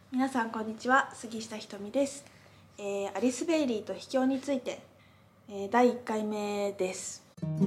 皆さんこんにちは、杉下ひとみです。アリス・ベイリーと秘境について、第1回目です。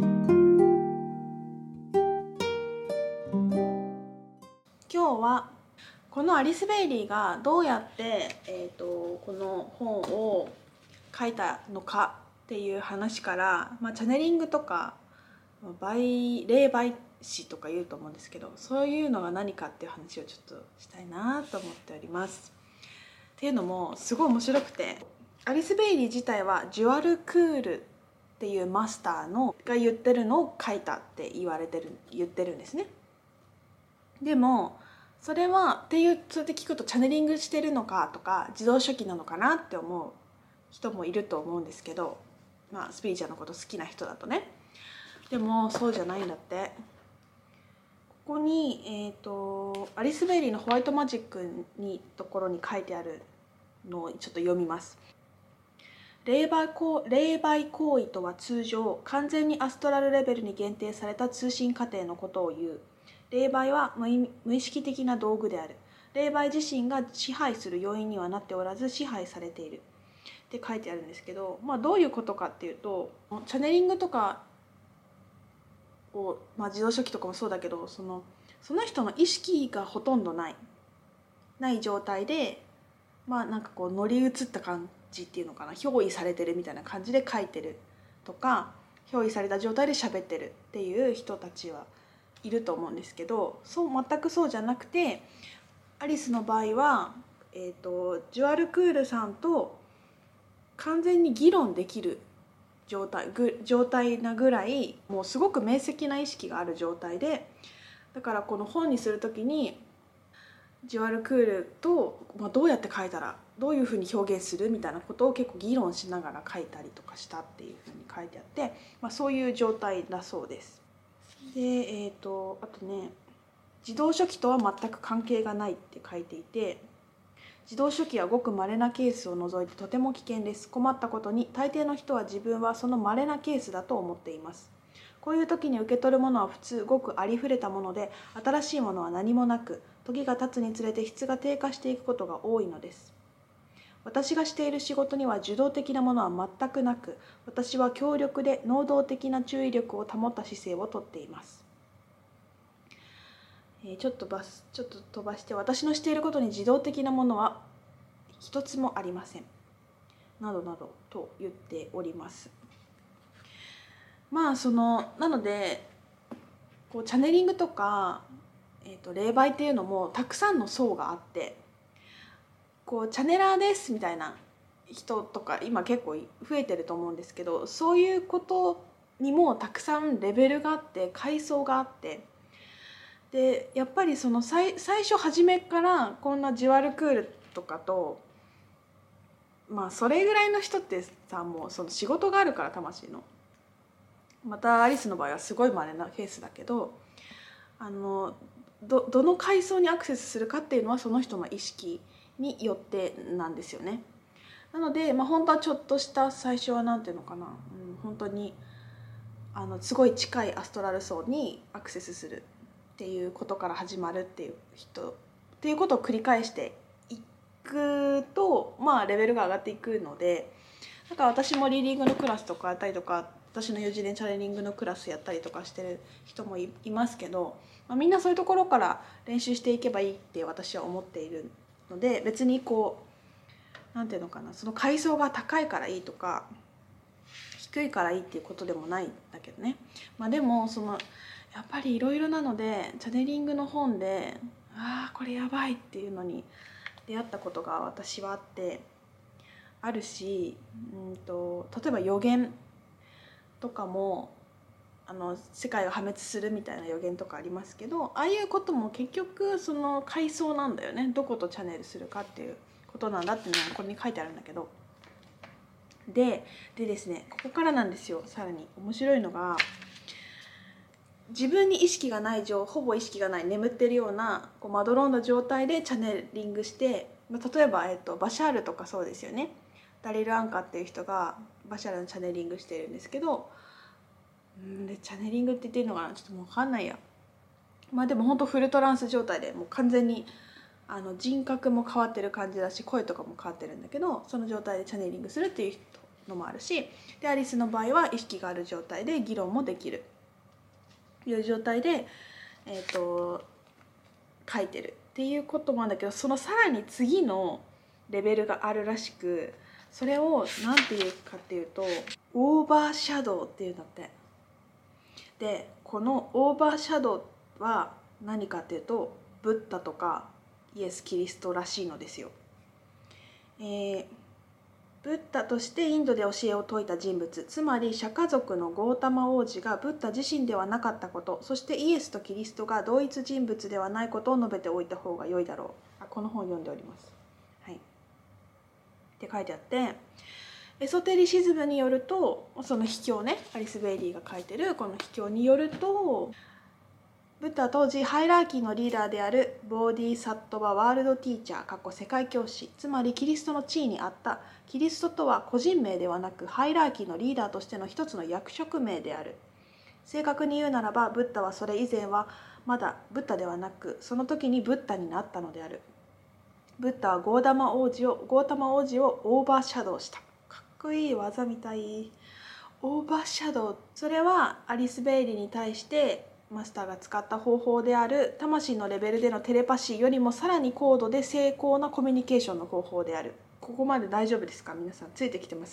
今日はこのアリス・ベイリーがどうやって、この本を書いたのかっていう話から、チャネリングとか霊媒師とか言うと思うんですけど、そういうのが何かっていう話をちょっとしたいなと思っております。っていうのもすごい面白くて、アリス・ベイリー自体はジュアル・クールっていうマスターのが言ってるのを書いたって言ってるんですね。でもそれはそうやって聞くとチャネリングしてるのかとか自動書記なのかなって思う人もいると思うんですけど、スピリチュアルのこと好きな人だとね。でもそうじゃないんだって。ここに、アリス・ベイリーのホワイトマジックにところに書いてあるのをちょっと読みます。霊媒行為とは通常完全にアストラルレベルに限定された通信過程のことを言う。霊媒は無意識的な道具である。霊媒自身が支配する要因にはなっておらず支配されているって書いてあるんですけど、どういうことかっていうと、チャネリングとかを、自動書記とかもそうだけど、その人の意識がほとんどない状態で、乗り移った感じっていうのかな、憑依されてるみたいな感じで書いてるとか、憑依された状態で喋ってるっていう人たちはいると思うんですけど、全くそうじゃなくて、アリスの場合は、ジュアル・クールさんと完全に議論できる状態なぐらい、もうすごく明晰な意識がある状態で、だからこの本にするときにジュアル・クールと、どうやって書いたらどういうふうに表現するみたいなことを結構議論しながら書いたりとかしたっていうふうに書いてあって、そういう状態だそうです。で、あとね、自動書記とは全く関係がないって書いていて、自動書記はごく稀なケースを除いてとても危険です。困ったことに大抵の人は自分はその稀なケースだと思っています。こういう時に受け取るものは普通ごくありふれたもので、新しいものは何もなく、時が経つにつれて質が低下していくことが多いのです。私がしている仕事には受動的なものは全くなく、私は強力で能動的な注意力を保った姿勢をとっています。ちょっと飛ばして、私のしていることに自動的なものは一つもありません、などなどと言っております。なのでこうチャネリングとか、霊媒っていうのもたくさんの層があって、こうチャネラーですみたいな人とか今結構増えてると思うんですけど、そういうことにもたくさんレベルがあって階層があって、でやっぱり最初初めからこんなジュアルクールとかと、それぐらいの人ってさ、もうその仕事があるから、魂の。またアリスの場合はすごい稀なケースだけど、どの階層にアクセスするかっていうのはその人の意識によってなんですよね。なので、本当はちょっとした最初はなんていうのかな、本当にすごい近いアストラル層にアクセスするっていうことから始まるっていう人っていうことを繰り返していくと、レベルが上がっていくので、だから私もリーディングのクラスとかやったりとか、私の4次元チャネリングのクラスやったりとかしてる人もいますけど、みんなそういうところから練習していけばいいって私は思っているので、別にこうなんていうのかな、その階層が高いからいいとか低いからいいっていうことでもないんだけどね。でもやっぱりいろいろなので、チャネリングの本でこれやばいっていうのに出会ったことが私はあるし、例えば予言とかも世界が破滅するみたいな予言とかありますけど、ああいうことも結局その階層なんだよね。どことチャネルするかっていうことなんだっていうのがこれに書いてあるんだけど、でですね、ここからなんですよ。さらに面白いのが、自分に意識がないほぼ意識がない眠ってるようなまどろんだ状態でチャネリングして、例えば、バシャールとかそうですよね。ダリル・アンカっていう人がバシャールのチャネリングしてるんですけど、でチャネリングって言ってるのかな、ちょっともう分かんないや。でも本当フルトランス状態でもう完全に人格も変わってる感じだし声とかも変わってるんだけど、その状態でチャネリングするっていうのもあるし、でアリスの場合は意識がある状態で議論もできるという状態で、書いてるっていうこともあるんだけど、そのさらに次のレベルがあるらしく、それを何て言うかっていうとオーバーシャドウっていうんだって。でこのオーバーシャドウは何かっていうとブッダとかイエス・キリストらしいのですよ。ブッダとしてインドで教えを説いた人物、つまり釈迦族のゴータマ王子がブッダ自身ではなかったこと、そしてイエスとキリストが同一人物ではないことを述べておいた方が良いだろう。この本を読んでおります。はい。って書いてあって、エソテリシズムによると、その秘境ね、アリス・ベイリーが書いてるこの秘境によると、ブッダは当時ハイラーキーのリーダーであるボーディーサットバワールドティーチャー世界教師、つまりキリストの地位にあった。キリストとは個人名ではなくハイラーキーのリーダーとしての一つの役職名である。正確に言うならばブッダはそれ以前はまだブッダではなく、その時にブッダになったのである。ブッダはゴータマ王子をオーバーシャドウした。かっこいい技みたい。オーバーシャドウ、それはアリス・ベイリーに対してマスターが使った方法である魂のレベルでのテレパシーよりもさらに高度で精巧なコミュニケーションの方法である。ここまで大丈夫ですか？皆さんついてきてます？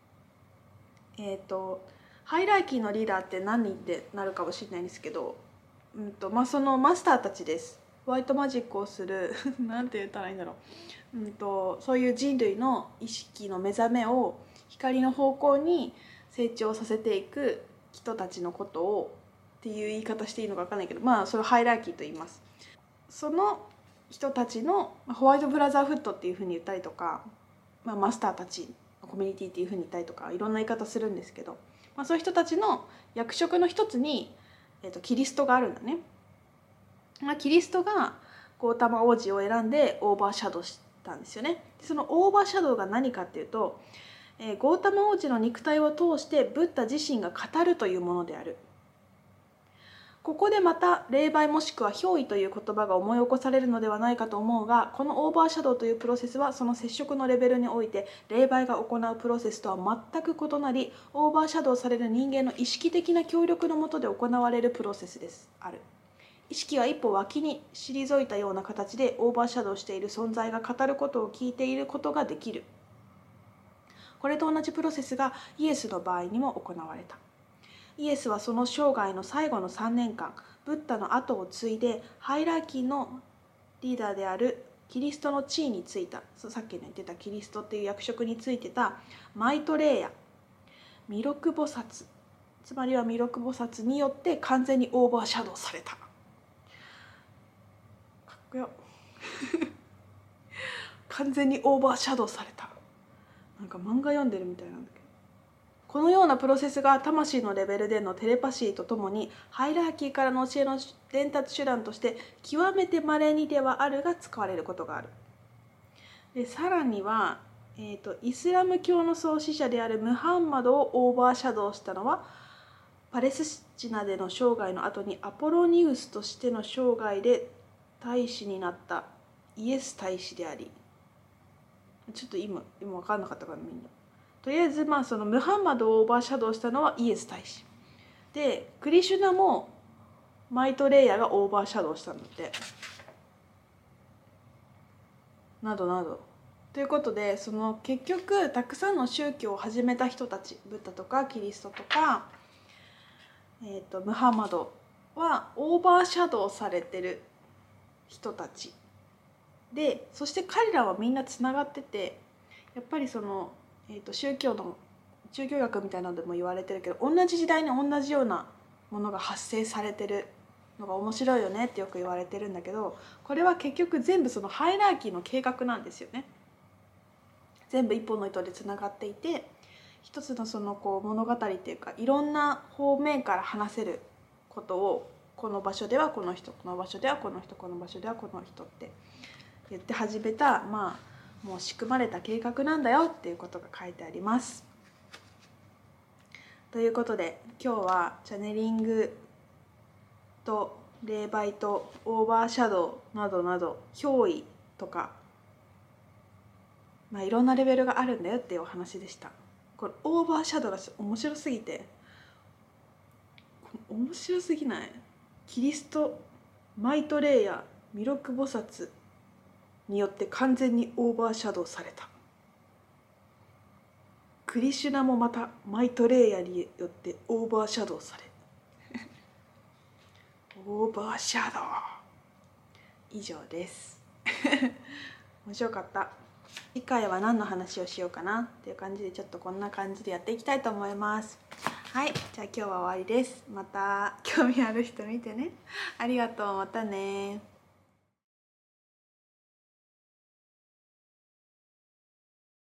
ハイラーキーのリーダーって何人ってなるかもしれないんですけど、そのマスターたちです。ホワイトマジックをするなんて言ったらいいんだろう、そういう人類の意識の目覚めを光の方向に成長させていく人たちのことをっていう言い方していいのか分かんないけど、それをハイラーキーと言います。その人たちのホワイトブラザーフットっていうふうに言ったりとか、マスターたちのコミュニティっていうふうに言ったりとかいろんな言い方するんですけど、そういう人たちの役職の一つに、キリストがあるんだね。キリストがゴータマ王子を選んでオーバーシャドウしたんですよね。そのオーバーシャドウが何かっていうと、ゴータマ王子の肉体を通してブッダ自身が語るというものである。ここでまた霊媒もしくは憑依という言葉が思い起こされるのではないかと思うが、このオーバーシャドウというプロセスはその接触のレベルにおいて霊媒が行うプロセスとは全く異なり、オーバーシャドウされる人間の意識的な協力のもとで行われるプロセスですある。意識が一歩脇に退いたような形でオーバーシャドウしている存在が語ることを聞いていることができる。これと同じプロセスがイエスの場合にも行われた。イエスはその生涯の最後の3年間、ブッダの後を継いでハイラーキーのリーダーであるキリストの地位についた、さっき言ってたキリストっていう役職についてたマイトレーヤ、弥勒菩薩、つまりは弥勒菩薩によって完全にオーバーシャドウされた。かっこよ完全にオーバーシャドウされた。なんか漫画読んでるみたいなんだけど、このようなプロセスが魂のレベルでのテレパシーとともにハイラーキーからの教えの伝達手段として極めて稀にではあるが使われることがある。でさらには、イスラム教の創始者であるムハンマドをオーバーシャドウしたのはパレスチナでの生涯の後にアポロニウスとしての生涯で大使になったイエス大使であり、ちょっと今分かんなかったかなみんな。とりあえずそのムハンマドをオーバーシャドウしたのはイエス大使で、クリシュナもマイトレイヤーがオーバーシャドウしたんだって、などなど。ということで、その結局たくさんの宗教を始めた人たち、ブッダとかキリストとか、ムハンマドはオーバーシャドウされてる人たちで、そして彼らはみんなつながってて、やっぱりその宗教学みたいなのでも言われてるけど、同じ時代に同じようなものが発生されてるのが面白いよねってよく言われてるんだけど、これは結局全部そのハイラーキーの計画なんですよね。全部一本の糸でつながっていて、一つのその物語っていうか、いろんな方面から話せることを、この場所ではこの人、この場所ではこの人、この場所ではこの人って言って始めた、もう仕組まれた計画なんだよっていうことが書いてあります。ということで今日はチャネリングと霊媒とオーバーシャドウなどなど憑依とか、いろんなレベルがあるんだよっていうお話でした。これオーバーシャドウが面白すぎて、面白すぎない？キリストマイトレイヤ弥勒菩薩によって完全にオーバーシャドウされた。クリシュナもまたマイトレイヤによってオーバーシャドウされオーバーシャドウ。以上です面白かった。次回は何の話をしようかなっていう感じで、ちょっとこんな感じでやっていきたいと思います。はい、じゃあ今日は終わりです。また興味ある人見てね。ありがとう。またね。